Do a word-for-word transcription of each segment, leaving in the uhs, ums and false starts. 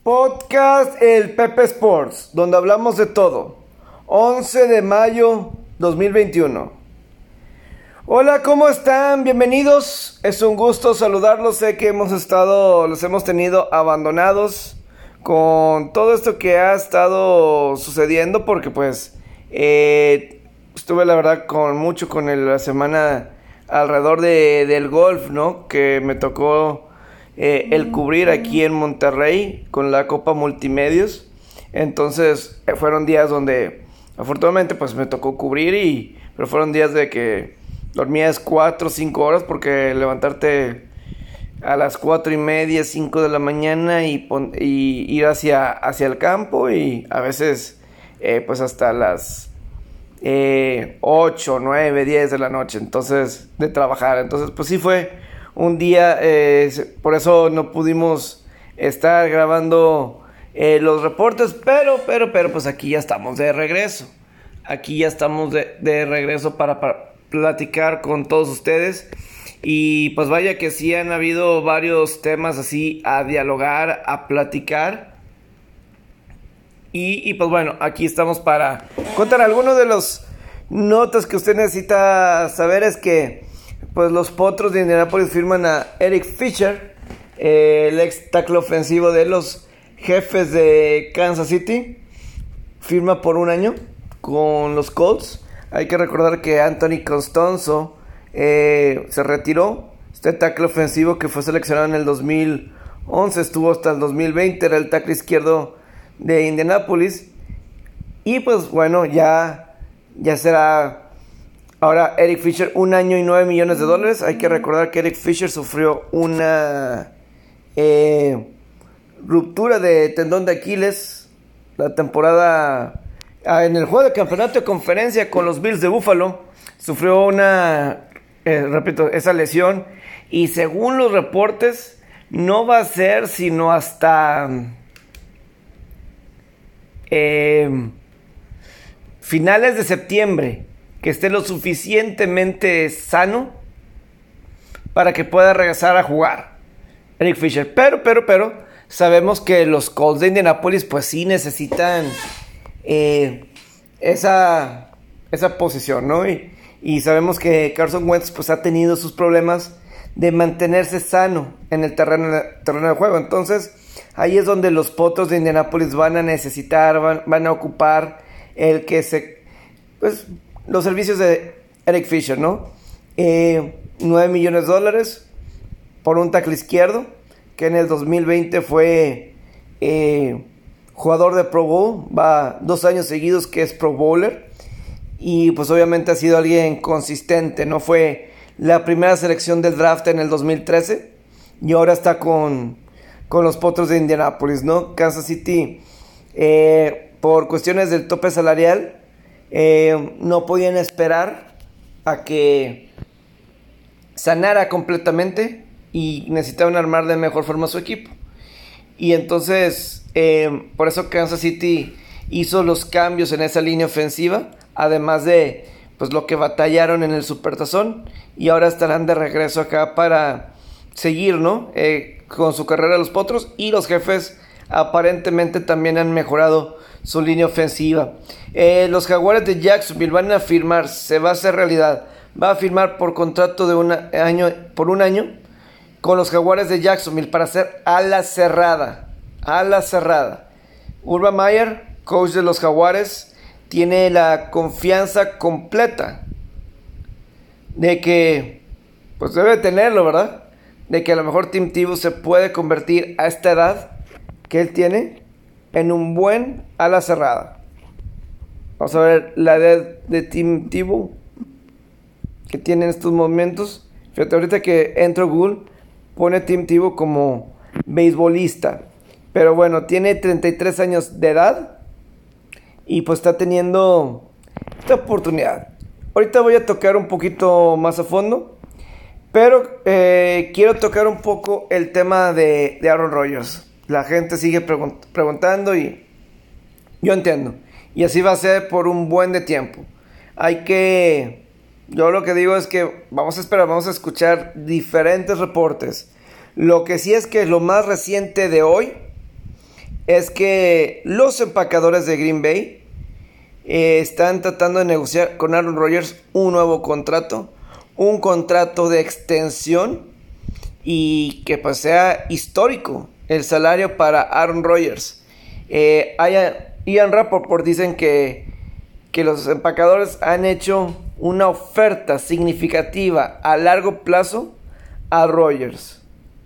Podcast El Pepe Sports, donde hablamos de todo. once de mayo dos mil veintiuno. Hola, ¿cómo están? Bienvenidos. Es un gusto saludarlos. Sé que hemos estado, los hemos tenido abandonados con todo esto que ha estado sucediendo, porque pues eh, estuve la verdad con mucho con el, la semana alrededor de, del golf, ¿no? Que me tocó eh, el cubrir aquí en Monterrey con la Copa Multimedios. Entonces eh, fueron días donde afortunadamente pues me tocó cubrir, y pero fueron días de que dormías cuatro o cinco horas, porque levantarte a las cuatro y media, cinco de la mañana y, pon, y ir hacia, hacia el campo, y a veces eh, pues hasta las eh, ocho, nueve, diez de la noche, entonces de trabajar. Entonces pues sí fue un día, eh, por eso no pudimos estar grabando eh, los reportes, pero, pero, pero pues aquí ya estamos de regreso. Aquí ya estamos de, de regreso para, para platicar con todos ustedes. Y pues vaya que sí han habido varios temas así a dialogar, a platicar. Y, y pues bueno, aquí estamos para contar algunos de los notas que usted necesita saber. Es que pues los Potros de Indianapolis firman a Eric Fisher, eh, el ex tackle ofensivo de los Jefes de Kansas City. Firma por un año con los Colts. Hay que recordar que Anthony Castonzo eh, se retiró. Este tackle ofensivo que fue seleccionado en el dos mil once, estuvo hasta el dos mil veinte, era el tackle izquierdo de Indianapolis. Y pues bueno, ya, ya será ahora Eric Fisher, un año y nueve millones de dólares. Hay que recordar que Eric Fisher sufrió una eh, ruptura de tendón de Aquiles la temporada ah, en el juego de campeonato de conferencia con los Bills de Buffalo. Sufrió una, eh, repito, esa lesión, y según los reportes no va a ser sino hasta eh, finales de septiembre que esté lo suficientemente sano para que pueda regresar a jugar Eric Fisher. Pero, pero, pero, sabemos que los Colts de Indianapolis pues sí necesitan eh, esa, esa posición, ¿no? Y, y sabemos que Carson Wentz pues ha tenido sus problemas de mantenerse sano en el terreno, terreno de juego. Entonces, ahí es donde los Potros de Indianapolis van a necesitar, van, van a ocupar el que se... pues los servicios de Eric Fisher, ¿no? Eh, nueve millones de dólares por un tackle izquierdo que en el dos mil veinte fue eh, jugador de Pro Bowl, va dos años seguidos que es Pro Bowler, y pues obviamente ha sido alguien consistente, ¿no? Fue la primera selección del draft en el dos mil trece y ahora está con, con los Potros de Indianapolis, ¿no? Kansas City, eh, por cuestiones del tope salarial, Eh, no podían esperar a que sanara completamente y necesitaban armar de mejor forma su equipo. Y entonces eh, por eso Kansas City hizo los cambios en esa línea ofensiva, además de pues lo que batallaron en el Supertazón, y ahora estarán de regreso acá para seguir, ¿no? Eh, con su carrera los Potros, y los Jefes aparentemente también han mejorado su línea ofensiva. Eh, los Jaguares de Jacksonville van a firmar, se va a hacer realidad, va a firmar por contrato de un año, por un año con los Jaguares de Jacksonville para hacer ala cerrada, ala cerrada. Urban Meyer, coach de los Jaguares, tiene la confianza completa de que, pues debe tenerlo, ¿verdad? De que a lo mejor Tim Tebow se puede convertir a esta edad que él tiene en un buen ala cerrada. Vamos a ver la edad de Tim Tebow que tiene en estos momentos. Fíjate, ahorita que entro Google, pone Tim Tebow como beisbolista, pero bueno, tiene treinta y tres años de edad y pues está teniendo esta oportunidad. Ahorita voy a tocar un poquito más a fondo, pero eh, quiero tocar un poco el tema de, de Aaron Rodgers. La gente sigue pregunt- preguntando y yo entiendo. Y así va a ser por un buen de tiempo. Hay que... Yo lo que digo es que vamos a esperar, vamos a escuchar diferentes reportes. Lo que sí es que lo más reciente de hoy es que los empacadores de Green Bay eh, están tratando de negociar con Aaron Rodgers un nuevo contrato, un contrato de extensión y que pues sea histórico el salario para Aaron Rodgers. Eh, Ian Rapoport dicen que, que los empacadores han hecho una oferta significativa a largo plazo a Rodgers.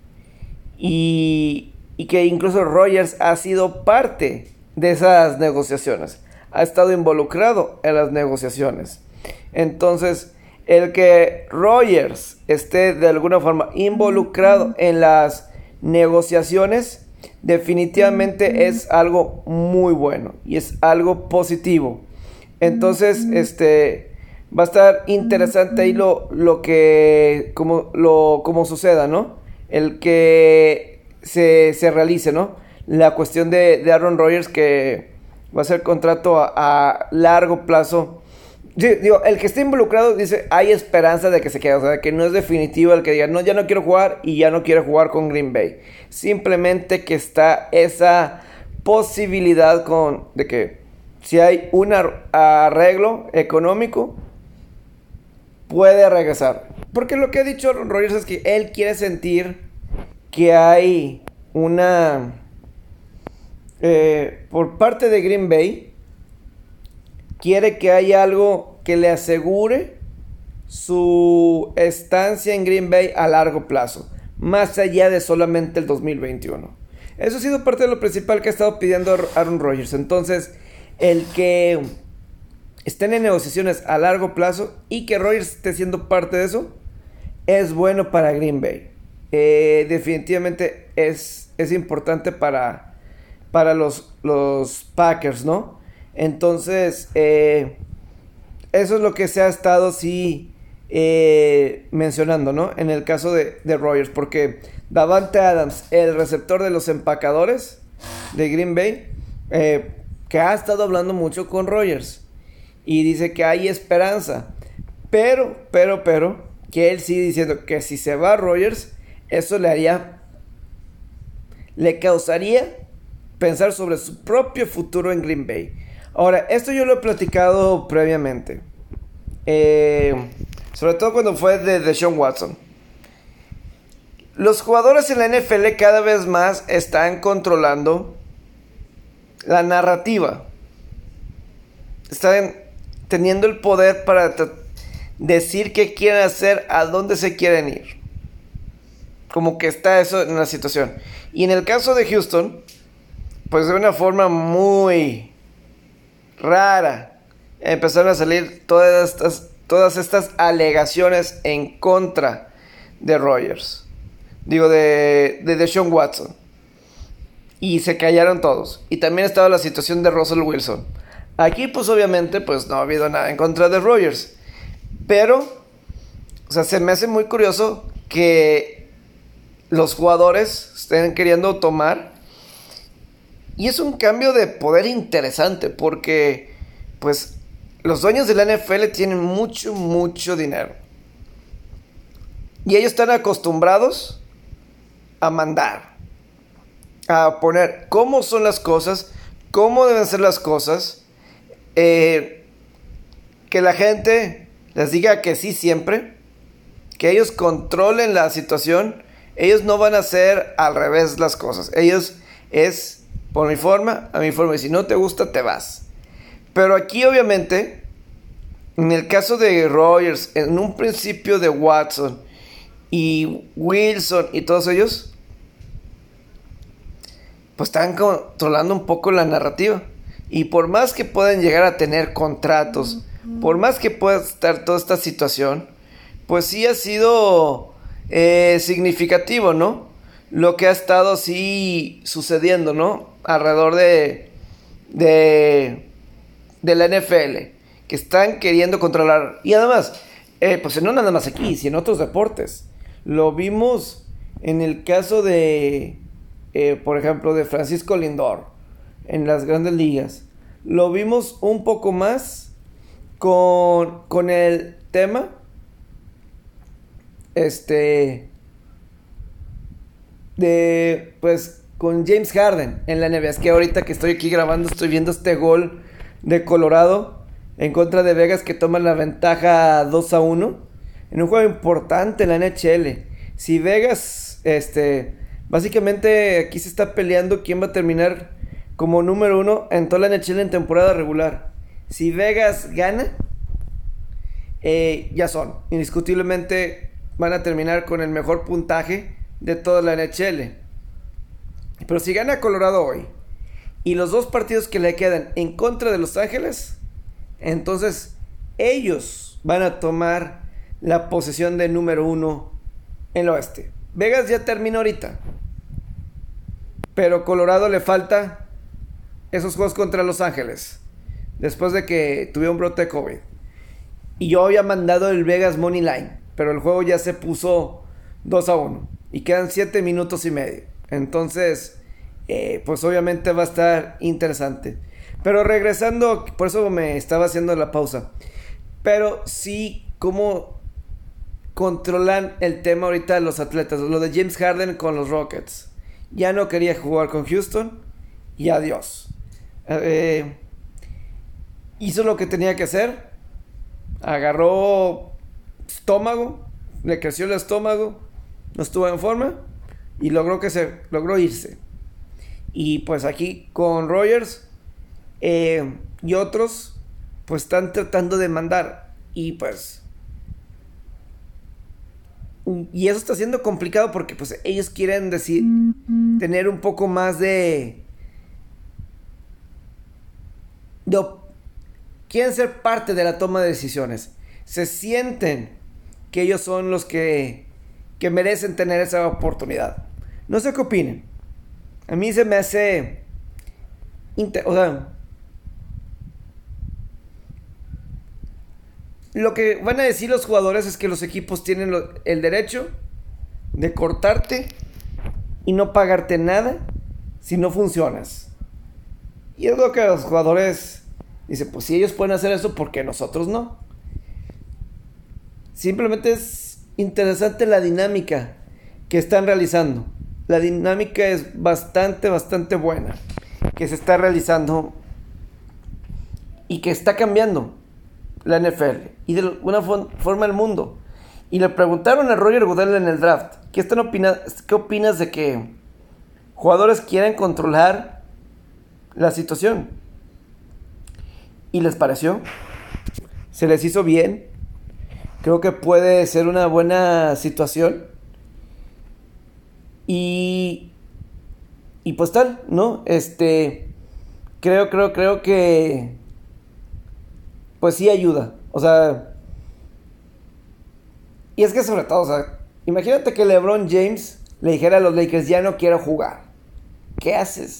Y, y que incluso Rodgers ha sido parte de esas negociaciones. Ha estado involucrado en las negociaciones. Entonces, el que Rodgers esté de alguna forma involucrado en las negociaciones definitivamente es algo muy bueno y es algo positivo. Entonces, este va a estar interesante ahí lo, lo que como lo como suceda, ¿no? El que se, se realice, ¿no? La cuestión de, de Aaron Rodgers, que va a ser contrato a, a largo plazo. Sí, digo, el que esté involucrado dice, hay esperanza de que se quede, o sea, que no es definitivo el que diga, no, ya no quiero jugar y ya no quiere jugar con Green Bay. Simplemente que está esa posibilidad con, de que si hay un arreglo económico, puede regresar. Porque lo que ha dicho Aaron Rodgers es que él quiere sentir que hay una... Eh, por parte de Green Bay, quiere que haya algo que le asegure su estancia en Green Bay a largo plazo, más allá de solamente el dos mil veintiuno. Eso ha sido parte de lo principal que ha estado pidiendo Aaron Rodgers. Entonces, el que estén en negociaciones a largo plazo y que Rodgers esté siendo parte de eso, es bueno para Green Bay. Eh, definitivamente es, es importante para, para los, los Packers, ¿no? Entonces, eh, eso es lo que se ha estado sí eh, mencionando, ¿no? En el caso de, de Rodgers, porque Davante Adams, el receptor de los empacadores de Green Bay, eh, que ha estado hablando mucho con Rodgers y dice que hay esperanza, pero, pero, pero, que él sigue diciendo que si se va Rodgers, eso le haría, le causaría pensar sobre su propio futuro en Green Bay. Ahora, esto yo lo he platicado previamente. Eh, sobre todo cuando fue de Deshaun Watson. Los jugadores en la N F L cada vez más están controlando la narrativa. Están teniendo el poder para t- decir qué quieren hacer, a dónde se quieren ir. Como que está eso en la situación. Y en el caso de Houston, pues de una forma muy rara, empezaron a salir todas estas, todas estas alegaciones en contra de Rodgers. Digo, de, de Deshaun Watson. Y se callaron todos. Y también estaba la situación de Russell Wilson. Aquí, pues obviamente, pues no ha habido nada en contra de Rodgers. Pero, o sea, se me hace muy curioso que los jugadores estén queriendo tomar. Y es un cambio de poder interesante porque, pues, los dueños de la N F L tienen mucho, mucho dinero. Y ellos están acostumbrados a mandar, a poner cómo son las cosas, cómo deben ser las cosas, eh, que la gente les diga que sí siempre, que ellos controlen la situación. Ellos no van a hacer al revés las cosas. Ellos es por mi forma, a mi forma, y si no te gusta, te vas. Pero aquí, obviamente, en el caso de Rodgers, en un principio de Watson y Wilson y todos ellos, pues están controlando un poco la narrativa. Y por más que puedan llegar a tener contratos, por más que pueda estar toda esta situación, pues sí ha sido eh, significativo, ¿no? Lo que ha estado así sucediendo, ¿no? Alrededor de, de, de la N F L, que están queriendo controlar. Y además, eh, pues no nada más aquí, sino en otros deportes. Lo vimos en el caso de, eh, por ejemplo, de Francisco Lindor, en las grandes ligas. Lo vimos un poco más con, con el tema, este... de, pues, con James Harden en la N B A. Es que ahorita que estoy aquí grabando estoy viendo este gol de Colorado en contra de Vegas, que toma la ventaja dos a uno en un juego importante en la N H L. Si Vegas, este, básicamente aquí se está peleando quién va a terminar como número uno en toda la N H L en temporada regular. Si Vegas gana, eh, ya son, indiscutiblemente van a terminar con el mejor puntaje de toda la N H L. Pero si gana Colorado hoy y los dos partidos que le quedan en contra de Los Ángeles, entonces ellos van a tomar la posesión de número uno en el oeste. Vegas ya terminó ahorita, pero Colorado le falta esos juegos contra Los Ángeles después de que tuviera un brote de COVID. Y yo había mandado el Vegas Money Line, pero el juego ya se puso dos a uno y quedan siete minutos y medio. Entonces, eh, pues obviamente va a estar interesante. Pero regresando, por eso me estaba haciendo la pausa. Pero sí, cómo controlan el tema ahorita los atletas. Lo de James Harden con los Rockets. Ya no quería jugar con Houston y adiós. Eh, hizo lo que tenía que hacer. Agarró estómago, le creció el estómago, no estuvo en forma y logró que se logró irse. Y pues aquí con Rogers eh, y otros pues están tratando de mandar, y pues y eso está siendo complicado porque pues ellos quieren decir tener un poco más de, de quieren ser parte de la toma de decisiones. Se sienten que ellos son los que, que merecen tener esa oportunidad. No sé qué opinen. A mí se me hace... Inter- o sea... Lo que van a decir los jugadores es que los equipos tienen lo, el derecho de cortarte y no pagarte nada si no funcionas. Y es lo que los jugadores... Dice, pues si ellos pueden hacer eso, ¿por qué nosotros no? Simplemente es interesante la dinámica que están realizando. La dinámica es bastante, bastante buena que se está realizando y que está cambiando la N F L y de alguna forma el mundo. Y le preguntaron a Roger Goodell en el draft, ¿qué, están opina- ¿qué opinas de que jugadores quieran controlar la situación? ¿Y les pareció? ¿Se les hizo bien? Creo que puede ser una buena situación. Y... Y pues tal, ¿no? Este... Creo, creo, creo que... Pues sí ayuda. O sea... Y es que sobre todo, o sea... Imagínate que LeBron James le dijera a los Lakers, ya no quiero jugar. ¿Qué haces?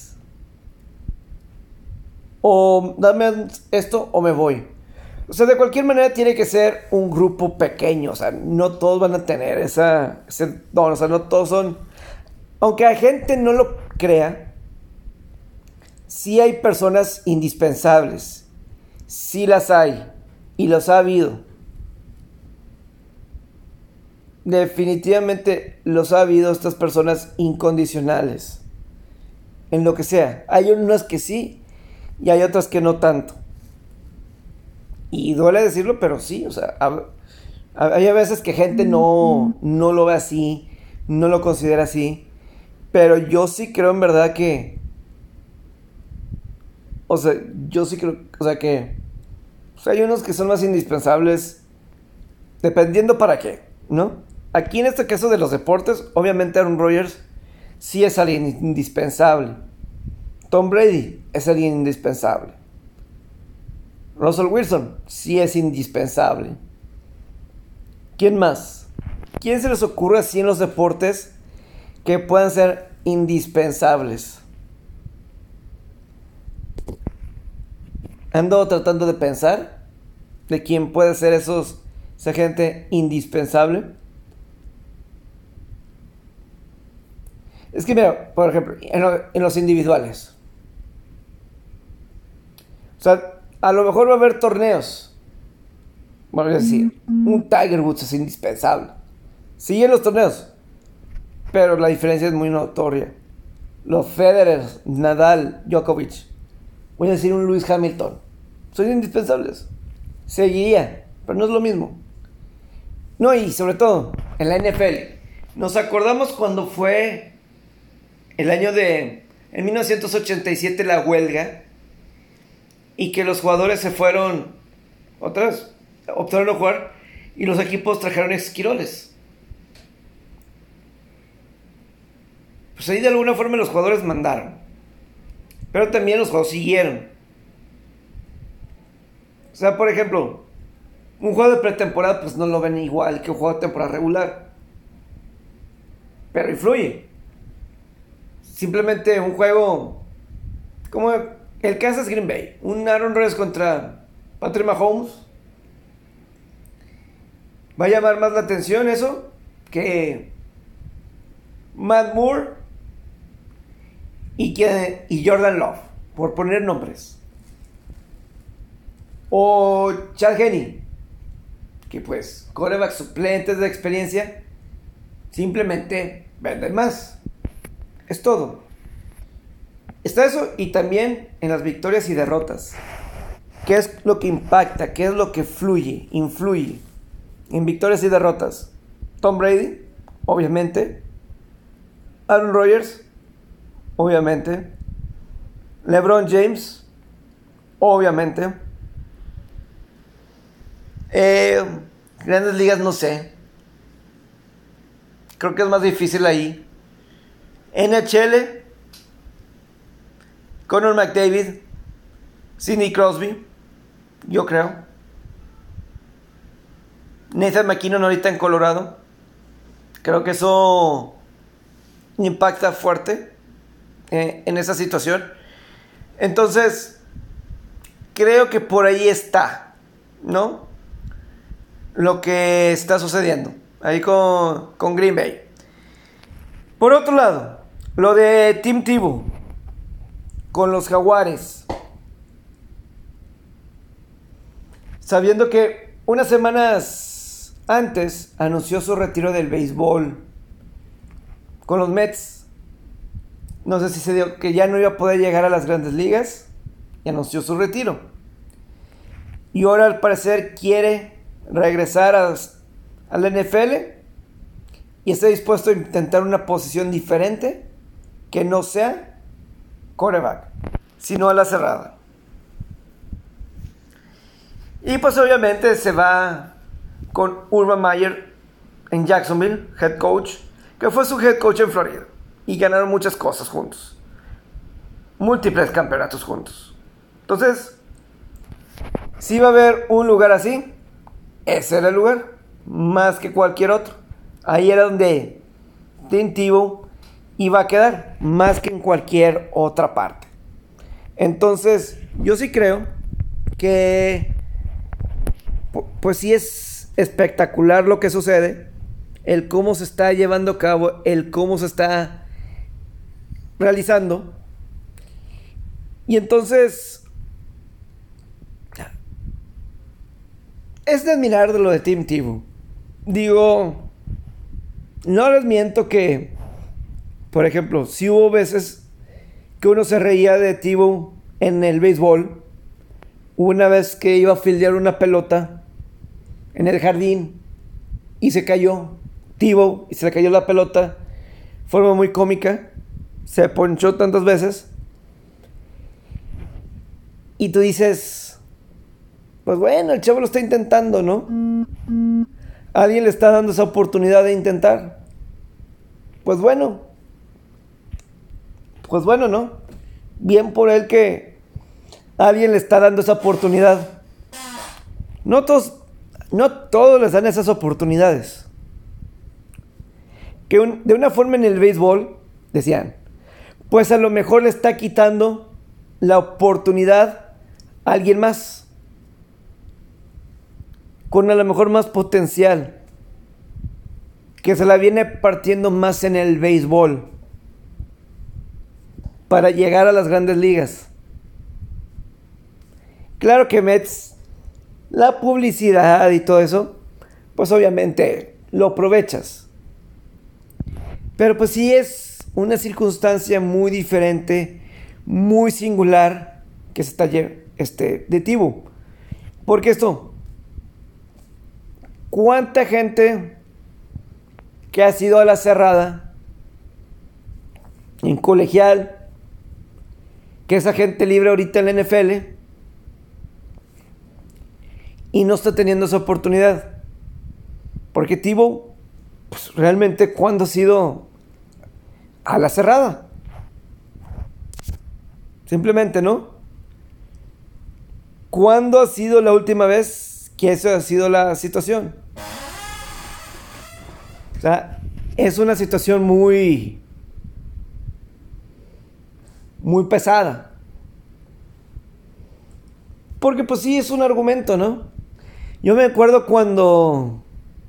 O dame esto o me voy. O sea, de cualquier manera tiene que ser un grupo pequeño. O sea, no todos van a tener esa... Ese don. O sea, no todos son... Aunque la gente no lo crea, sí hay personas indispensables. Sí las hay. Y los ha habido. Definitivamente los ha habido, estas personas incondicionales. En lo que sea. Hay unas que sí y hay otras que no tanto. Y duele decirlo, pero sí, o sea, hay a veces que gente no, no lo ve así, no lo considera así, pero yo sí creo en verdad que, o sea, yo sí creo, o sea que, o sea, hay unos que son más indispensables, dependiendo para qué, ¿no? Aquí en este caso de los deportes, obviamente Aaron Rodgers sí es alguien indispensable. Tom Brady es alguien indispensable. Russell Wilson sí es indispensable. ¿Quién más? ¿Quién se les ocurre así en los deportes que puedan ser indispensables? Ando tratando de pensar de quién puede ser esos, esa gente indispensable. Es que mira, por ejemplo, en, lo, en los individuales. O sea, a lo mejor va a haber torneos. Bueno, es decir, un Tiger Woods es indispensable. Sí en los torneos, pero la diferencia es muy notoria. los Federer, Nadal, Djokovic, voy a decir un Lewis Hamilton, son indispensables. Seguiría, pero no es lo mismo. No, y sobre todo, en la N F L, nos acordamos cuando fue el año de, en mil novecientos ochenta y siete, la huelga, y que los jugadores se fueron, otra vez, optaron a jugar, y los equipos trajeron esquiroles. Pues ahí de alguna forma los jugadores mandaron, pero también los jugadores siguieron. O sea, por ejemplo, un juego de pretemporada pues no lo ven igual que un juego de temporada regular, pero influye. Simplemente un juego como el Kansas Green Bay, un Aaron Rodgers contra Patrick Mahomes, va a llamar más la atención eso que Matt Moore y, que, y Jordan Love, por poner nombres. O Chad Henne, que pues quarterback suplentes de experiencia, simplemente venden más. Es todo. Está eso, y también en las victorias y derrotas. ¿Qué es lo que impacta? ¿Qué es lo que fluye, influye en victorias y derrotas? Tom Brady, obviamente. Aaron Rodgers, obviamente. LeBron James, obviamente. Eh, grandes ligas, no sé. Creo que es más difícil ahí. N H L, Connor McDavid, Sidney Crosby, yo creo. Nathan McKinnon ahorita en Colorado. Creo que eso impacta fuerte eh, en esa situación. Entonces, creo que por ahí está, ¿no? Lo que está sucediendo ahí con, con Green Bay. Por otro lado, lo de Tim Tebow con los Jaguares. Sabiendo que unas semanas antes anunció su retiro del béisbol con los Mets. No sé si se dio que ya no iba a poder llegar a las grandes ligas y anunció su retiro. Y ahora al parecer quiere regresar a, a la N F L y está dispuesto a intentar una posición diferente que no sea quarterback, sino a la cerrada. Y pues obviamente se va con Urban Meyer en Jacksonville, head coach, que fue su head coach en Florida, y ganaron muchas cosas juntos, múltiples campeonatos juntos. Entonces, si va a haber un lugar así, ese era el lugar, más que cualquier otro. Ahí era donde Tim Tebow iba a quedar, más que en cualquier otra parte. Entonces, yo sí creo que pues sí es espectacular lo que sucede, el cómo se está llevando a cabo, el cómo se está realizando. Y entonces es de admirar de lo de Tim Tebow. Digo, no les miento que, por ejemplo, si hubo veces que uno se reía de Tebow en el béisbol. Una vez que iba a fildear una pelota en el jardín y se cayó Tebow y se le cayó la pelota, forma muy cómica, se ponchó tantas veces y tú dices, pues bueno, el chavo lo está intentando, ¿no? Alguien le está dando esa oportunidad de intentar. Pues bueno, pues bueno, ¿no? Bien por él que alguien le está dando esa oportunidad. No todos, no todos les dan esas oportunidades. Que un, de una forma en el béisbol, decían, pues a lo mejor le está quitando la oportunidad a alguien más, con a lo mejor más potencial, que se la viene partiendo más en el béisbol, para llegar a las grandes ligas. Claro que Mets, la publicidad y todo eso, pues obviamente lo aprovechas. Pero pues sí es una circunstancia muy diferente, muy singular que se está este, de Tebow. Porque esto, ¿cuánta gente que ha sido a la cerrada en colegial, que es agente libre ahorita en la N F L y no está teniendo esa oportunidad? Porque Tebow, pues realmente, ¿cuándo ha sido a la cerrada? Simplemente, ¿no? ¿Cuándo ha sido la última vez que esa ha sido la situación? O sea, es una situación muy, muy pesada. Porque pues sí, es un argumento, ¿no? Yo me acuerdo cuando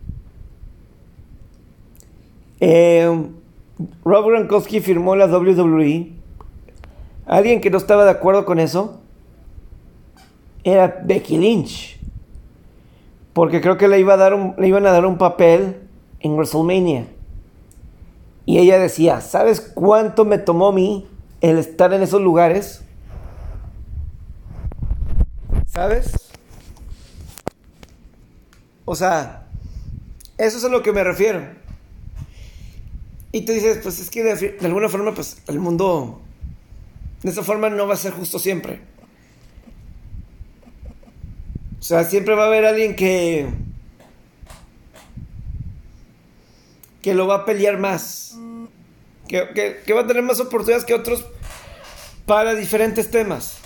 eh, Rob Gronkowski firmó la W W E. Alguien que no estaba de acuerdo con eso era Becky Lynch, porque creo que le, iba a dar un, le iban a dar un papel en WrestleMania. Y ella decía, ¿sabes cuánto me tomó a mí el estar en esos lugares? ¿Sabes? O sea, eso es a lo que me refiero. Y tú dices, pues es que de, de alguna forma, pues el mundo de esa forma no va a ser justo siempre. O sea, siempre va a haber alguien que que lo va a pelear más, que, que, que va a tener más oportunidades que otros para diferentes temas,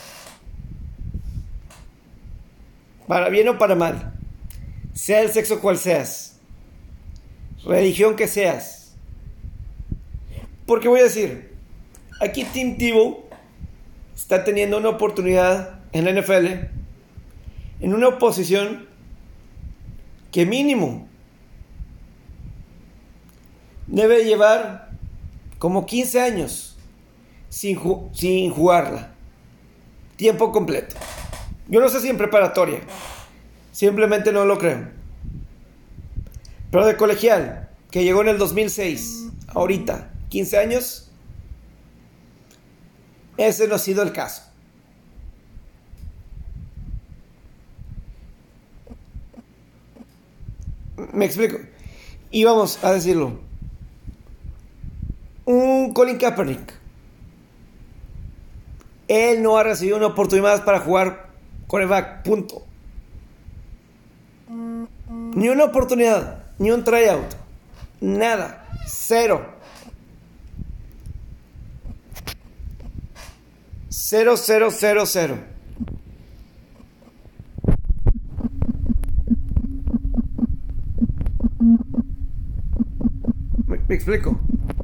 para bien o para mal, sea el sexo cual seas, religión que seas. Porque voy a decir, aquí Tim Tebow está teniendo una oportunidad en la N F L, en una oposición que mínimo debe llevar como quince años sin, ju- sin jugarla, tiempo completo. Yo no sé si en preparatoria, simplemente no lo creo. Pero de colegial, que llegó en el dos mil seis, ahorita, quince años, ese no ha sido el caso. Me explico. Y vamos a decirlo. Un Colin Kaepernick, él no ha recibido una oportunidad para jugar quarterback, punto. Ni una oportunidad, ni un tryout, nada, cero. Cero, cero, cero, cero. ¿Me, me explico?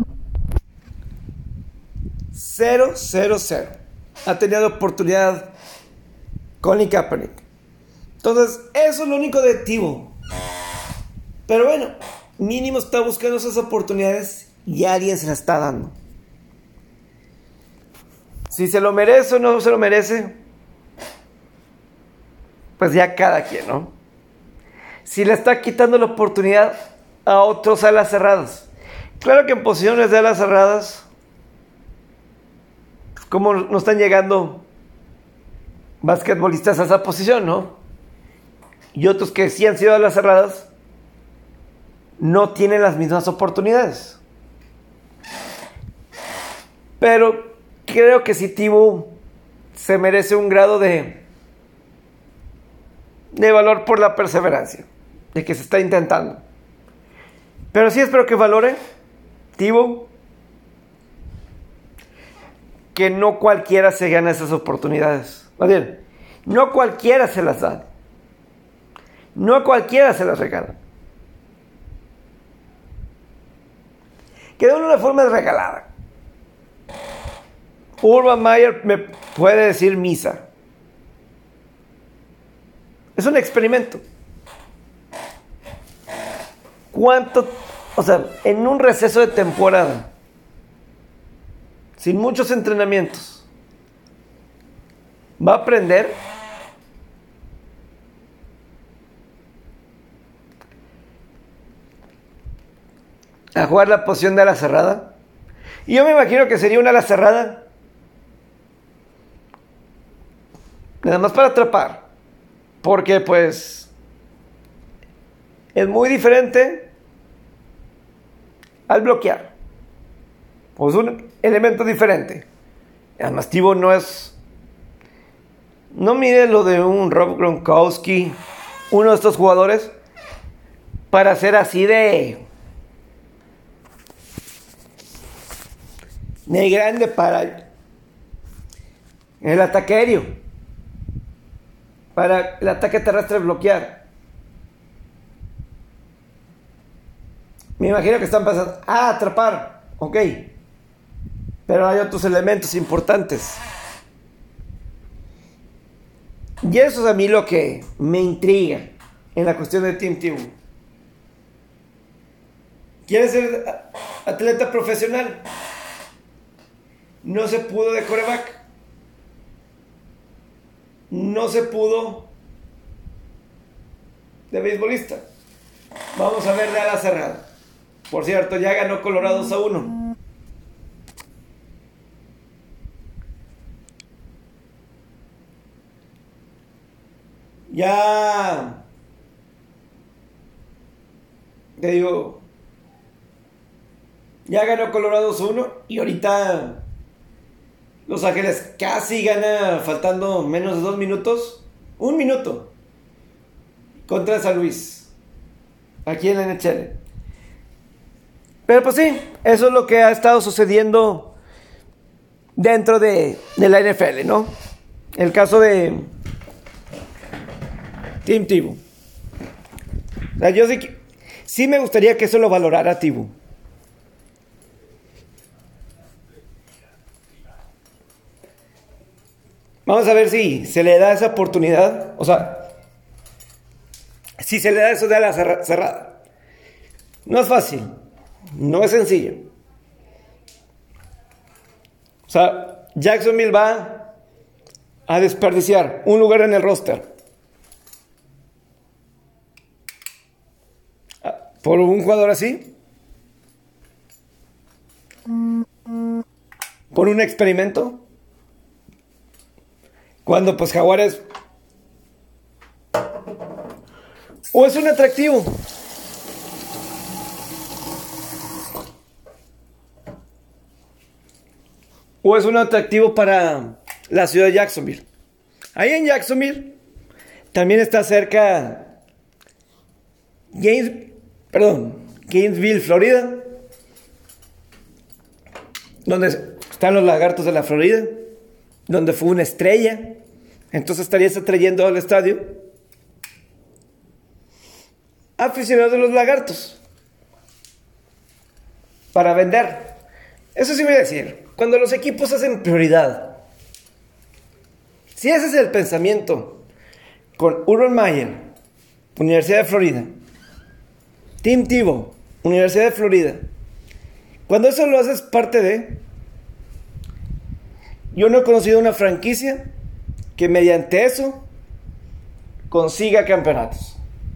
Cero, cero, cero. Ha tenido oportunidad Colin Kaepernick. Entonces, eso es lo único de Tebow. Pero bueno, mínimo está buscando esas oportunidades y alguien se las está dando. Si se lo merece o no se lo merece, pues ya cada quien, ¿no? Si le está quitando la oportunidad a otros alas cerradas. Claro que en posiciones de alas cerradas, como no están llegando basquetbolistas a esa posición, ¿no? Y otros que sí han sido alas cerradas no tienen las mismas oportunidades. Pero creo que si Tebow se merece un grado de de valor por la perseverancia, de que se está intentando. Pero sí espero que valore Tebow que no cualquiera se gana esas oportunidades. Más bien, no cualquiera se las da. No a cualquiera se las regala. Que de una forma es regalada. Urban Meyer me puede decir misa. Es un experimento. ¿Cuánto? O sea, en un receso de temporada, sin muchos entrenamientos, ¿va a aprender? ¿A jugar la posición de ala cerrada? Y yo me imagino que sería una ala cerrada. Nada más para atrapar. Porque pues es muy diferente al bloquear. Pues un elemento diferente. Además, Tebow no es... No mide lo de un Rob Gronkowski, uno de estos jugadores, para ser así de... de grande para el ataque aéreo, para el ataque terrestre bloquear. Me imagino que están pensando, ah, atrapar, ok, pero hay otros elementos importantes. Y eso es a mí lo que me intriga en la cuestión de Tim Tebow. ¿Quiere ser atleta profesional? No se pudo de quarterback. No se pudo de beisbolista. Vamos a ver de ala cerrada. Por cierto, ya ganó Colorado dos a uno. Ya... Te digo... Ya ganó Colorado dos a uno. Y ahorita... Los Ángeles casi gana faltando menos de dos minutos. Un minuto. Contra San Luis. Aquí en la N H L. Pero pues sí, eso es lo que ha estado sucediendo dentro de, de la N F L, ¿no? El caso de Tim Tebow. O sea, yo sí, que, sí me gustaría que eso lo valorara Tebow. Vamos a ver si se le da esa oportunidad. O sea, si se le da eso de ala cerrada. No es fácil. No es sencillo. O sea, Jacksonville va a desperdiciar un lugar en el roster por un jugador así. Por un experimento. Cuando pues Jaguares o es un atractivo o es un atractivo para la ciudad de Jacksonville. Ahí en Jacksonville también está cerca James, perdón, Gainesville, Florida, donde están los lagartos de la Florida, donde fue una estrella. Entonces estarías atrayendo al estadio aficionados de los lagartos para vender. Eso sí voy a decir, cuando los equipos hacen prioridad, si ese es el pensamiento con Urban Meyer, Universidad de Florida, Tim Tebow, Universidad de Florida, cuando eso lo haces parte de... Yo no he conocido una franquicia que mediante eso consiga campeonatos.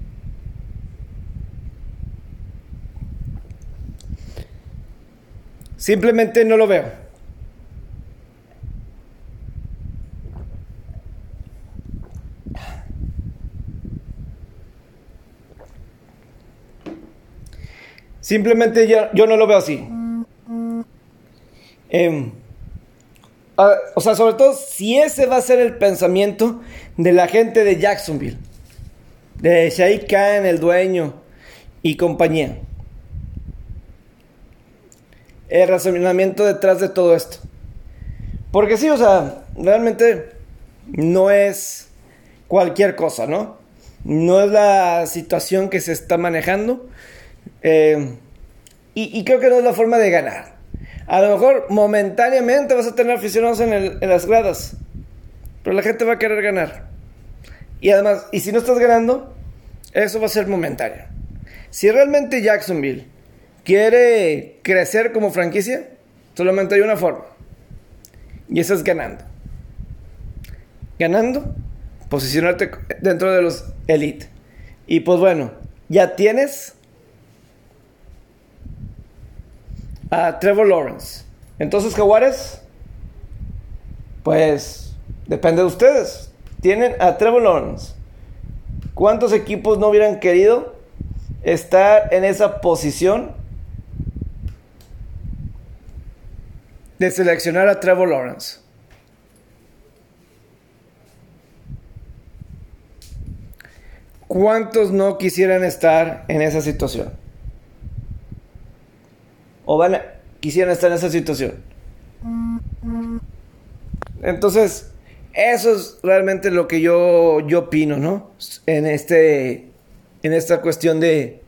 Simplemente no lo veo. Simplemente yo, yo no lo veo así. Eh, Uh, o sea, sobre todo si ese va a ser el pensamiento de la gente de Jacksonville, de Shahid Khan, el dueño y compañía. El razonamiento detrás de todo esto. Porque sí, o sea, realmente no es cualquier cosa, ¿no? No es la situación que se está manejando. Eh, y, y creo que no es la forma de ganar. A lo mejor momentáneamente vas a tener aficionados en, el, en las gradas, pero la gente va a querer ganar. Y además, y si no estás ganando, eso va a ser momentáneo. Si realmente Jacksonville quiere crecer como franquicia, solamente hay una forma, y esa es ganando. Ganando, posicionarte dentro de los elite. Y pues bueno, ya tienes a Trevor Lawrence, Entonces, Jaguares, pues depende de ustedes. Tienen a Trevor Lawrence. ¿Cuántos equipos no hubieran querido estar en esa posición de seleccionar a Trevor Lawrence? ¿Cuántos no quisieran estar en esa situación? ¿O van a, quisieran estar en esa situación? Entonces, eso es realmente lo que yo, yo opino, ¿no? En, este, en esta cuestión de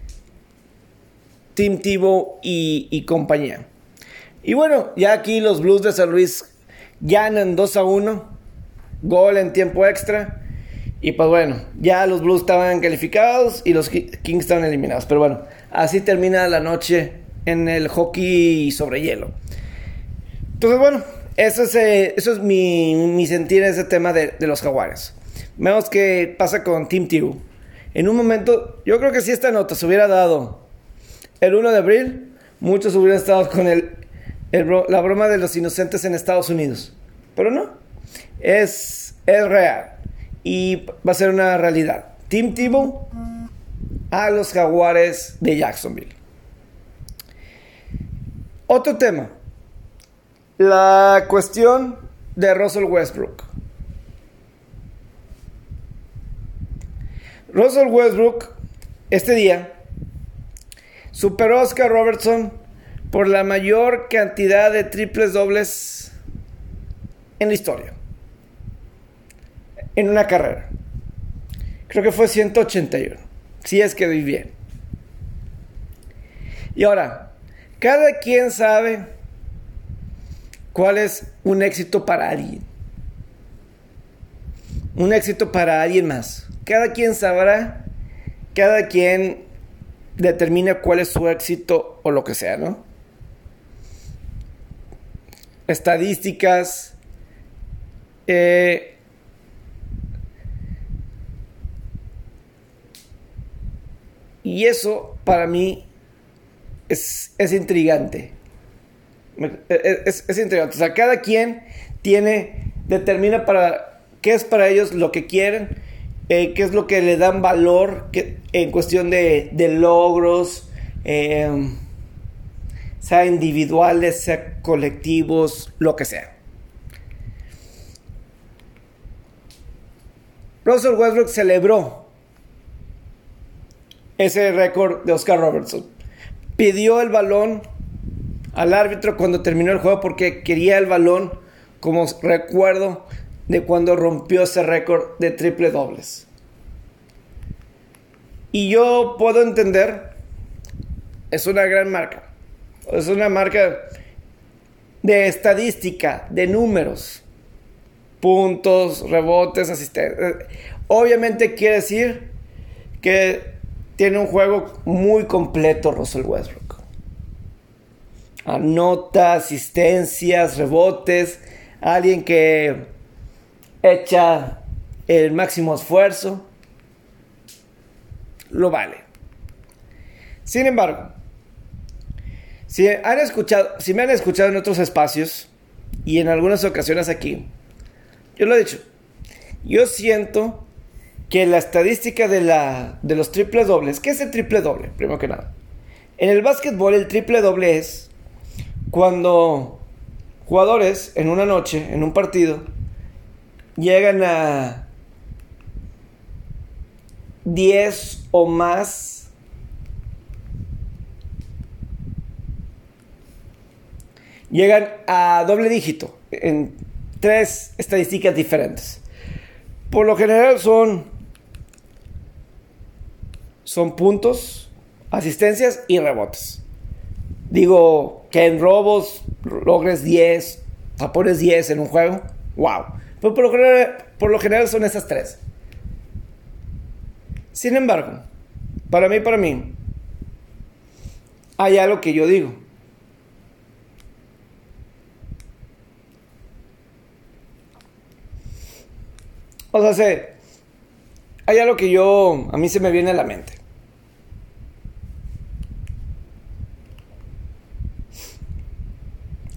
Tim Tebow y, y compañía. Y bueno, ya aquí los Blues de San Luis ganan dos a uno. Gol en tiempo extra. Y pues bueno, ya los Blues estaban calificados y los Kings estaban eliminados. Pero bueno, así termina la noche en el hockey sobre hielo. Entonces bueno, eso es, eh, eso es mi, mi sentir en ese tema de, de los Jaguares. Vemos qué pasa con Tim Tebow. En un momento, yo creo que si esta nota se hubiera dado el uno de abril, muchos hubieran estado con el, el, la broma de los inocentes en Estados Unidos. Pero no, es, es real. Y va a ser una realidad. Tim Tebow a los Jaguares de Jacksonville. Otro tema. La cuestión de Russell Westbrook. Russell Westbrook este día superó a Oscar Robertson por la mayor cantidad de triples dobles en la historia. En una carrera. Creo que fue ciento ochenta y uno. Si es que doy bien. Y ahora, cada quien sabe cuál es un éxito para alguien. Un éxito para alguien más. Cada quien sabrá, cada quien determina cuál es su éxito o lo que sea, ¿no? Estadísticas, eh, y eso para mí es, es intrigante. Es, es, es intrigante. O sea, cada quien tiene, determina para qué es para ellos lo que quieren, eh, qué es lo que le dan valor que, en cuestión de, de logros, eh, sea individuales, sea colectivos, lo que sea. Russell Westbrook celebró ese récord de Oscar Robertson. Pidió el balón al árbitro cuando terminó el juego porque quería el balón como recuerdo de cuando rompió ese récord de triple dobles. Y yo puedo entender, es una gran marca. Es una marca de estadística, de números, puntos, rebotes, asistencias. Obviamente quiere decir que tiene un juego muy completo Russell Westbrook. Anota, asistencias, rebotes. Alguien que echa el máximo esfuerzo. Lo vale. Sin embargo, si han escuchado, si me han escuchado en otros espacios y en algunas ocasiones aquí, yo lo he dicho. Yo siento que la estadística de, la, de los triple dobles, ¿qué es el triple doble? Primero que nada, en el básquetbol el triple doble es cuando jugadores en una noche, en un partido, llegan a diez o más llegan a doble dígito en tres estadísticas diferentes. Por lo general son son puntos, asistencias y rebotes. Digo que en robos logres diez, tapones diez en un juego. Wow. Pero por lo general, por lo general son esas tres. Sin embargo, para mí, para mí, hay algo que yo digo. O sea, sé, hay algo que yo, a mí se me viene a la mente.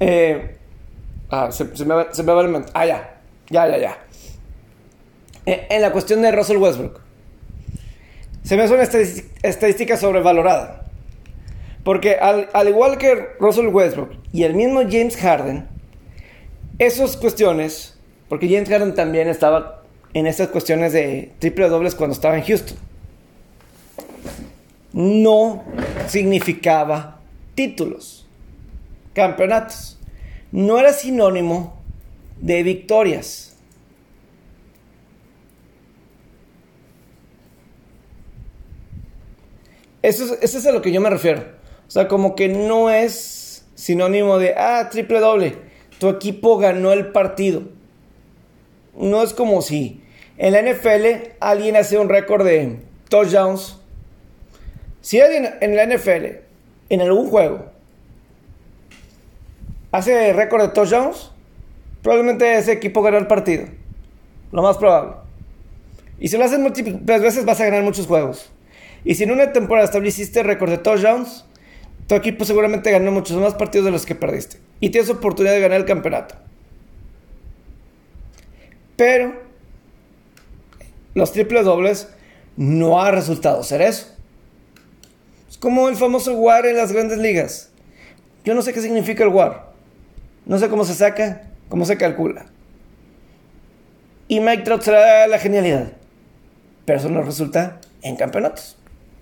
Eh, ah, se, se, me va, se me va el momento. Ah, ya. Ya, ya, ya. Eh, en la cuestión de Russell Westbrook. Se me hace una estadística sobrevalorada. Porque al, al igual que Russell Westbrook y el mismo James Harden, esas cuestiones, porque James Harden también estaba en esas cuestiones de triple dobles cuando estaba en Houston, no significaba títulos, campeonatos. No era sinónimo de victorias. Eso es, eso es a lo que yo me refiero. O sea, como que no es sinónimo de, ah, triple doble, tu equipo ganó el partido. No es como si en la N F L alguien hace un récord de touchdowns. Si alguien en la N F L, en algún juego, hace récord de touchdowns, probablemente ese equipo ganó el partido. Lo más probable. Y si lo haces múltiples veces, vas a ganar muchos juegos. Y si en una temporada estableciste récord de touchdowns, tu equipo seguramente ganó muchos más partidos de los que perdiste. Y tienes oportunidad de ganar el campeonato. Pero los triple dobles no ha resultado ser eso. Es como el famoso W A R en las grandes ligas. Yo no sé qué significa el W A R. No sé cómo se saca, cómo se calcula. Y Mike Trout será la genialidad. Pero eso no resulta en campeonatos.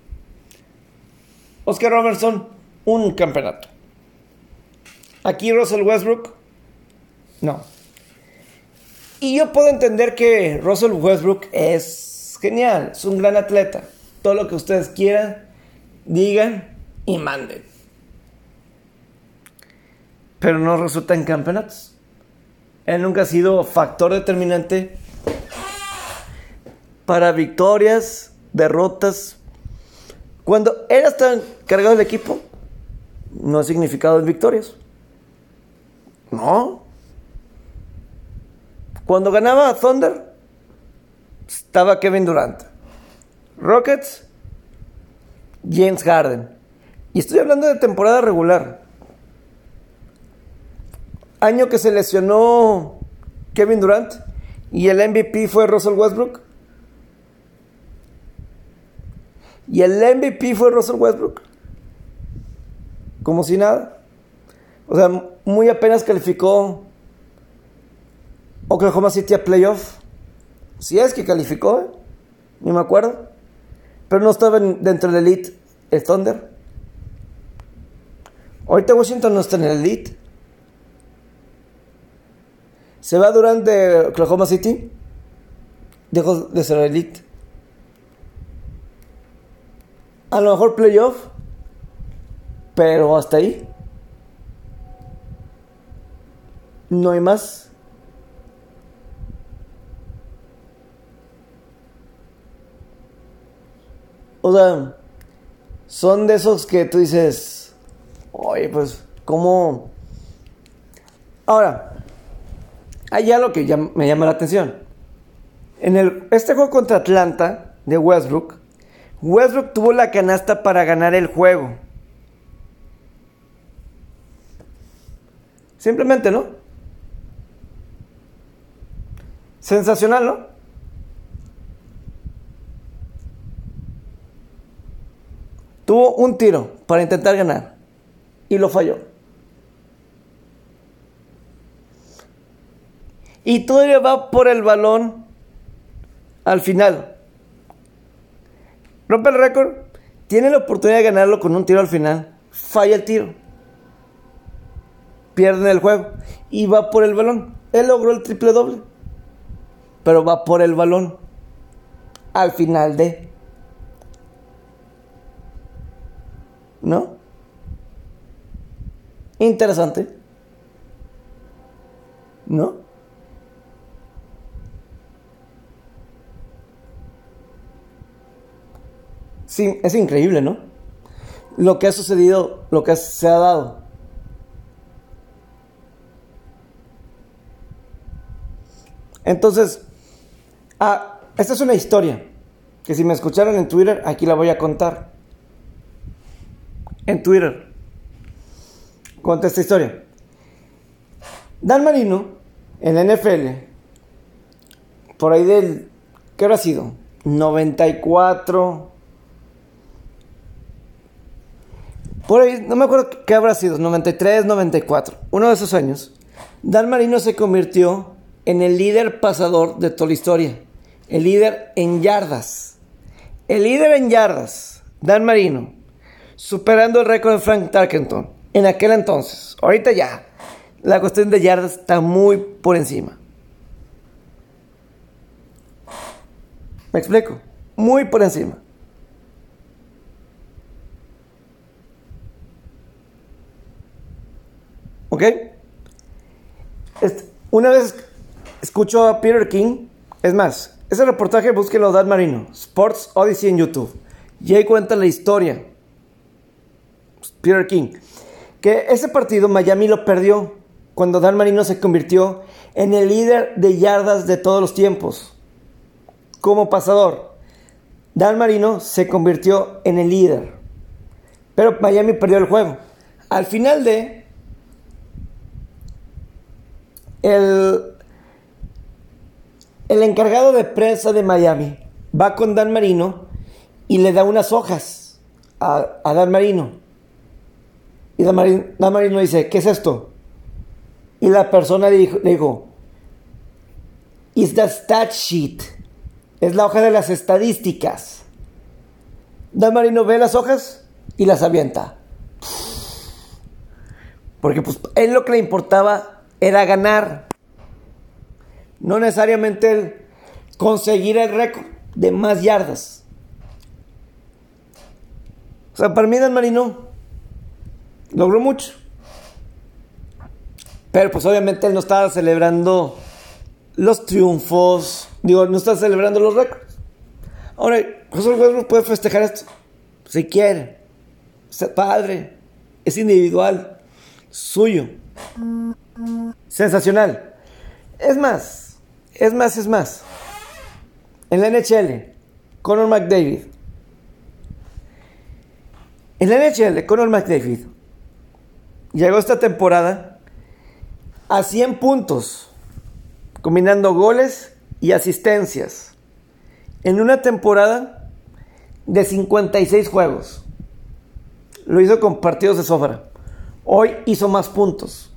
Oscar Robertson, un campeonato. Aquí Russell Westbrook, no. Y yo puedo entender que Russell Westbrook es genial, es un gran atleta. Todo lo que ustedes quieran, digan y manden. Pero no resulta en campeonatos. Él nunca ha sido factor determinante para victorias, derrotas. Cuando él está encargado del equipo, no ha significado en victorias. No. Cuando ganaba Thunder, estaba Kevin Durant. Rockets, James Harden. Y estoy hablando de temporada regular. Año que se lesionó Kevin Durant y el M V P fue Russell Westbrook. Y el M V P fue Russell Westbrook. Como si nada. O sea, muy apenas calificó Oklahoma City a playoff. Si es que calificó, ¿eh? Ni me acuerdo. Pero no estaba en, dentro del elite el Thunder. Ahorita Washington no está en el elite. Se va durante Oklahoma City. Dejó de ser elite. A lo mejor playoff. Pero hasta ahí. No hay más. O sea, son de esos que tú dices, oye, pues, ¿cómo? Ahora, hay algo que ya me llama la atención. En el, este juego contra Atlanta de Westbrook, Westbrook tuvo la canasta para ganar el juego. Simplemente, ¿no? Sensacional, ¿no? Tuvo un tiro para intentar ganar y lo falló. Y todavía va por el balón al final. Rompe el récord, tiene la oportunidad de ganarlo con un tiro al final, falla el tiro, pierden el juego y va por el balón. Él logró el triple doble, pero va por el balón al final de... ¿No? Interesante. ¿No? Sí, es increíble, ¿no? Lo que ha sucedido, lo que se ha dado. Entonces, ah, esta es una historia que si me escucharon en Twitter, aquí la voy a contar. En Twitter conté esta historia. Dan Marino, en la N F L, por ahí del, ¿qué habrá sido? noventa y cuatro. Por ahí, no me acuerdo qué habrá sido, noventa y tres, noventa y cuatro. Uno de esos años, Dan Marino se convirtió en el líder pasador de toda la historia. El líder en yardas. El líder en yardas, Dan Marino, superando el récord de Frank Tarkenton en aquel entonces. Ahorita ya, la cuestión de yardas está muy por encima. ¿Me explico? Muy por encima. ¿Ok? Este, una vez escucho a Peter King. Es más, ese reportaje búsquelo, Dan Marino, Sports Odyssey en YouTube. Y ahí cuenta la historia. Peter King. Que ese partido Miami lo perdió cuando Dan Marino se convirtió en el líder de yardas de todos los tiempos. Como pasador, Dan Marino se convirtió en el líder. Pero Miami perdió el juego. Al final de... El, el encargado de prensa de Miami va con Dan Marino y le da unas hojas a, a Dan Marino. Y Dan Marino, Dan Marino dice, ¿qué es esto? Y la persona le dijo, le dijo It's the stat sheet. Es la hoja de las estadísticas. Dan Marino ve las hojas y las avienta. Porque pues a él lo que le importaba era ganar. No necesariamente el conseguir el récord de más yardas. O sea, para mí Dan Marino logró mucho. Pero pues obviamente él no estaba celebrando los triunfos. Digo, no está celebrando los récords. Ahora, José Westbrook puede festejar esto si quiere. Es padre. Es individual. Suyo. Sensacional. Es más. Es más, es más. En la N H L, Connor McDavid. En la N H L, Connor McDavid llegó esta temporada a cien puntos, combinando goles y asistencias, en una temporada de cincuenta y seis juegos. Lo hizo con partidos de sobra. Hoy hizo más puntos.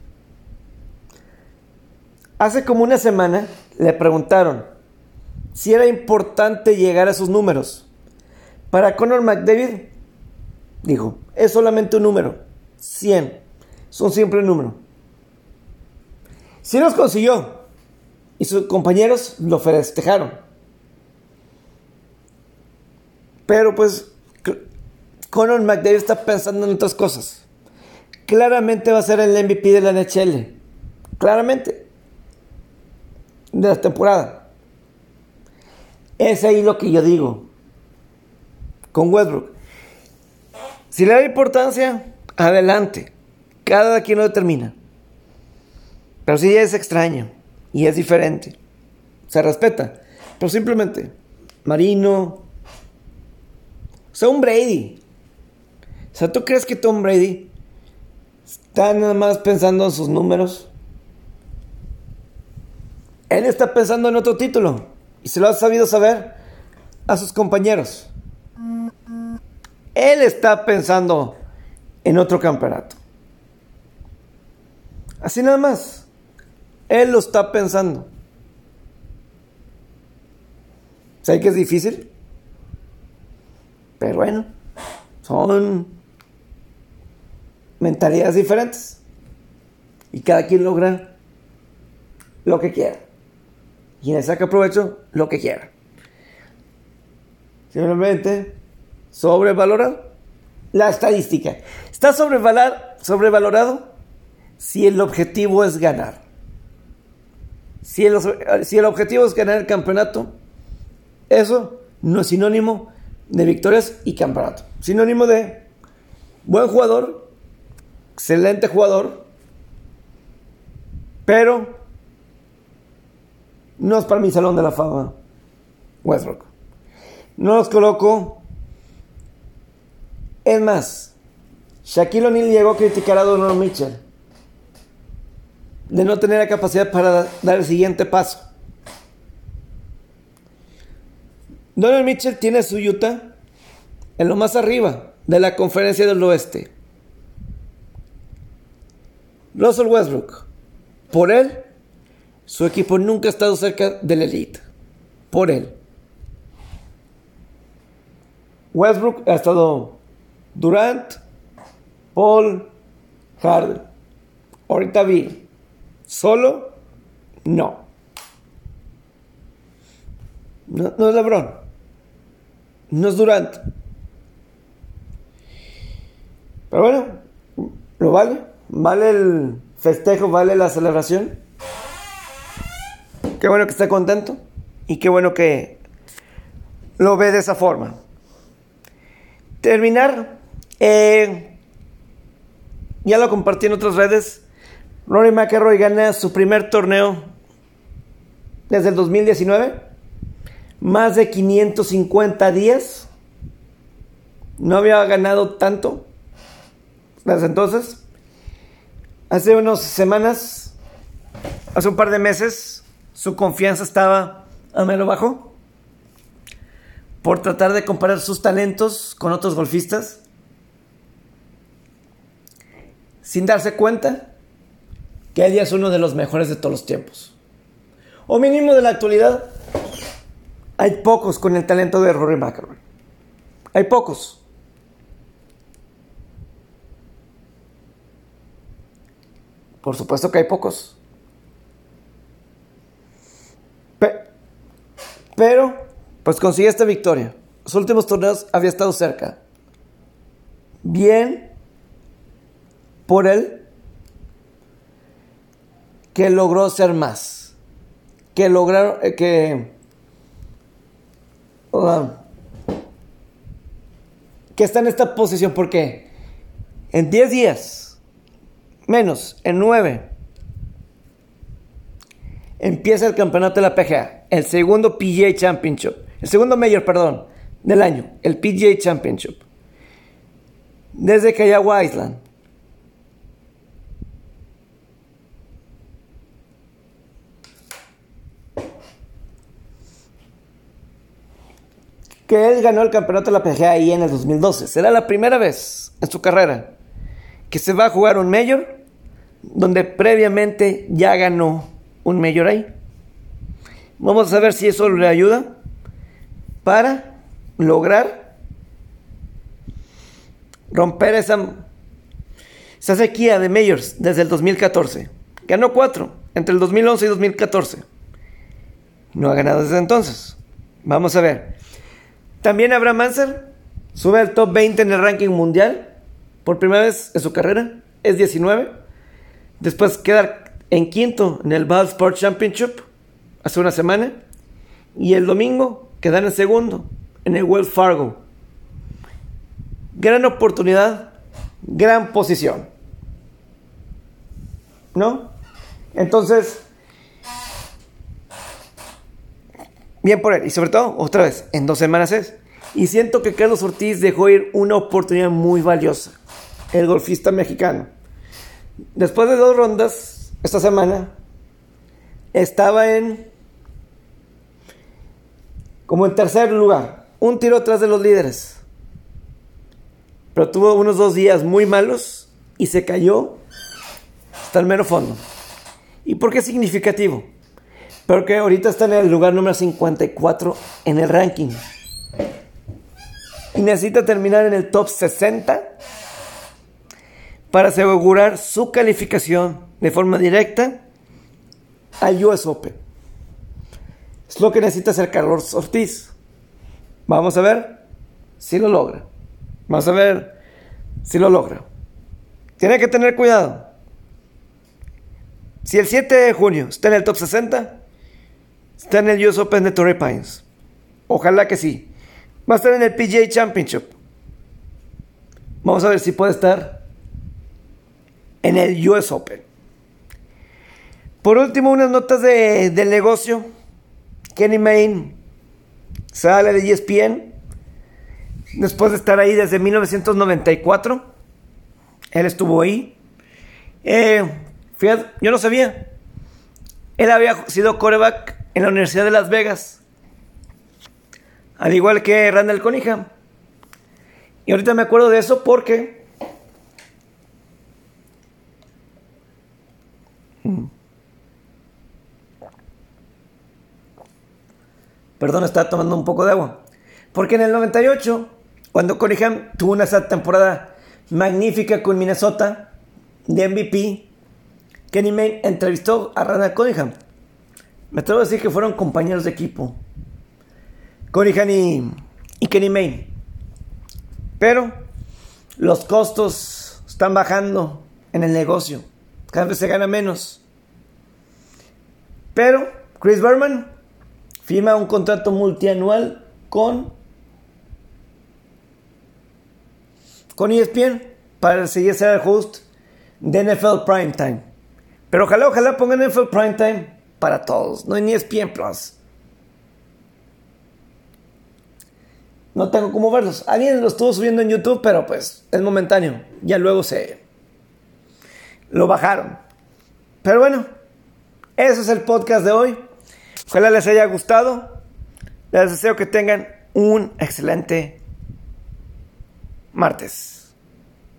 Hace como una semana le preguntaron si era importante llegar a sus números. Para Connor McDavid, dijo, es solamente un número. cien. Es un simple número. Sí los consiguió. Y sus compañeros lo festejaron. Pero pues Connor McDavid está pensando en otras cosas. Claramente va a ser el M V P de la N H L. Claramente. De la temporada. Es ahí lo que yo digo. Con Westbrook. Si le da importancia, adelante. Cada quien lo determina. Pero si es extraño y es diferente, se respeta. Pero simplemente, Marino, o sea, un Brady. O sea, ¿tú crees que Tom Brady está nada más pensando en sus números? Él está pensando en otro título y se lo ha sabido saber a sus compañeros. Él está pensando en otro campeonato. Así nada más. Él lo está pensando. Sé que es difícil, pero bueno, son mentalidades diferentes y cada quien logra lo que quiera y le saca provecho lo que quiera. Simplemente sobrevalorado. La estadística está sobrevalar, sobrevalorado si el objetivo es ganar. Si el, si el objetivo es ganar el campeonato, eso no es sinónimo de victorias y campeonato. Sinónimo de buen jugador, excelente jugador, pero no es para mi salón de la fama Westbrook. No los coloco. Es más, Shaquille O'Neal llegó a criticar a Donovan Mitchell. de no tener la capacidad para dar el siguiente paso. Donovan Mitchell tiene a su Utah en lo más arriba de la conferencia del oeste. Russell Westbrook, por él, su equipo nunca ha estado cerca del elite. Por él. Westbrook ha estado Durant, Paul, Harden. Ahorita vi. Solo, no. No, no es LeBron. No es Durant. Pero bueno, lo vale. Vale el festejo, vale la celebración. Qué bueno que esté contento. Y qué bueno que lo ve de esa forma. Terminar. Eh, ya lo compartí en otras redes. Rory McIlroy gana su primer torneo desde el dos mil diecinueve. Más de quinientos cincuenta días. No había ganado tanto desde entonces. Hace unas semanas, hace un par de meses, su confianza estaba a mero bajo por tratar de comparar sus talentos con otros golfistas, sin darse cuenta que él ya es uno de los mejores de todos los tiempos, o mínimo de la actualidad. Hay pocos con el talento de Rory McIlroy. Hay pocos. Por supuesto que hay pocos. Pe- pero, pues consigue esta victoria. Los últimos torneos había estado cerca. Bien por él, que logró ser más. Que lograron, eh, que... Uh, que está en esta posición porque en diez días, menos, en nueve, empieza el campeonato de la P G A, el segundo P G A Championship, el segundo Major, perdón, del año, el P G A Championship, desde Kiowa Island. Que él ganó el campeonato de la P G A ahí en el dos mil doce. Será la primera vez en su carrera que se va a jugar un Major donde previamente ya ganó un Major ahí. Vamos a ver si eso le ayuda para lograr romper esa, esa sequía de Majors desde el dos mil catorce. Ganó cuatro entre el dos mil once y dos mil catorce. No ha ganado desde entonces. Vamos a ver. También Abraham Ancer sube al top veinte en el ranking mundial por primera vez en su carrera. Es diecinueve. Después queda en quinto en el Ball Sports Championship hace una semana. Y el domingo quedan en segundo en el Wells Fargo. Gran oportunidad, gran posición, ¿no? Entonces, bien por él. Y sobre todo, otra vez, en dos semanas es. Y siento que Carlos Ortiz dejó ir una oportunidad muy valiosa. El golfista mexicano. Después de dos rondas, esta semana, estaba en... como en tercer lugar. Un tiro atrás de los líderes. Pero tuvo unos dos días muy malos y se cayó hasta el mero fondo. ¿Y por qué es significativo? Porque ahorita está en el lugar número cincuenta y cuatro en el ranking. Y necesita terminar en el top sesenta para asegurar su calificación de forma directa al U S Open. Es lo que necesita hacer Carlos Ortiz. Vamos a ver si lo logra. Vamos a ver si lo logra. Tiene que tener cuidado. Si el siete de junio está en el top sesenta, está en el U S Open de Torrey Pines. Ojalá que sí. Va a estar en el P G A Championship. Vamos a ver si puede estar en el U S Open. Por último, unas notas de, del negocio. Kenny Mayne sale de E S P N después de estar ahí desde mil novecientos noventa y cuatro. Él estuvo ahí. Eh, Fíjate, yo no sabía. Él había sido quarterback en la Universidad de Las Vegas, al igual que Randall Cunningham. Y ahorita me acuerdo de eso porque Perdón, estaba tomando un poco de agua. Porque en el noventa y ocho, cuando Cunningham tuvo una temporada magnífica con Minnesota, de M V P, Kenny Mayne entrevistó a Randall Cunningham. Me atrevo a decir que fueron compañeros de equipo, Cunningham y, y Kenny Mayne. Pero los costos están bajando en el negocio. Cada vez se gana menos. Pero Chris Berman firma un contrato multianual con, con E S P N para seguir ser el host de N F L Primetime. Pero ojalá, ojalá pongan N F L Primetime para todos, no en E S P N Plus. No tengo cómo verlos. Alguien lo estuvo subiendo en YouTube, pero pues es momentáneo. Ya luego se lo bajaron. Pero bueno, eso es el podcast de hoy. Ojalá les haya gustado. Les deseo que tengan un excelente martes.